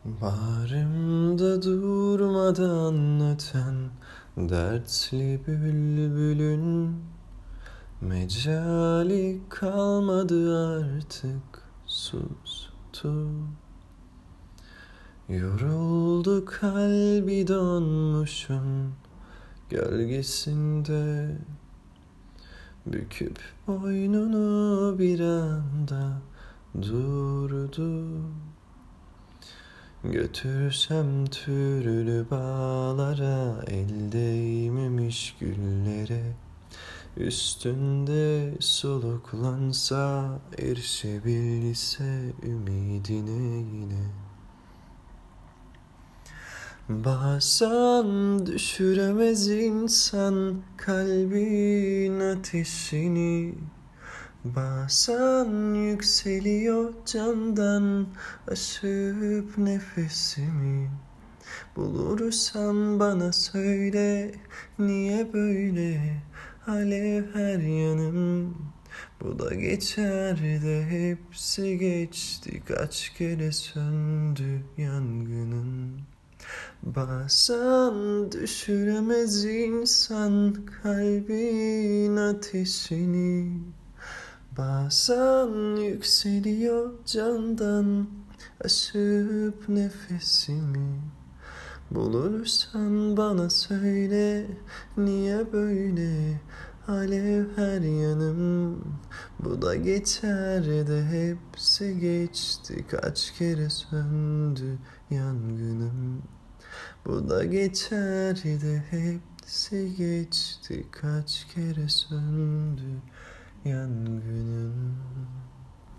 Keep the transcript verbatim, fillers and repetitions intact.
Bağrımda durmadan öten dertli bülbülün mecali kalmadı, artık sustu. Yoruldu kalbi donmuşun gölgesinde, büküp boynunu bir anda durdu. Götürsem türlü bağlara, el değmemiş güllere, üstünde soluklansa, erişebilse ümidine yine. Bazen düşüremez insan kalbin ateşini, bazen yükseliyor candan aşıp nefesimi. Bulursan bana söyle, niye böyle alev her yanım. Bu da geçer de hepsi geçti, kaç kere söndü yangının. Bazen düşüremez insan kalbin ateşini, bazen yükseliyor candan aşıp nefesimi. Bulursan bana söyle, niye böyle alev her yanım. Bu da geçer de hepsi geçti, kaç kere söndü yangınım. Bu da geçer de hepsi geçti, kaç kere söndü yangınım.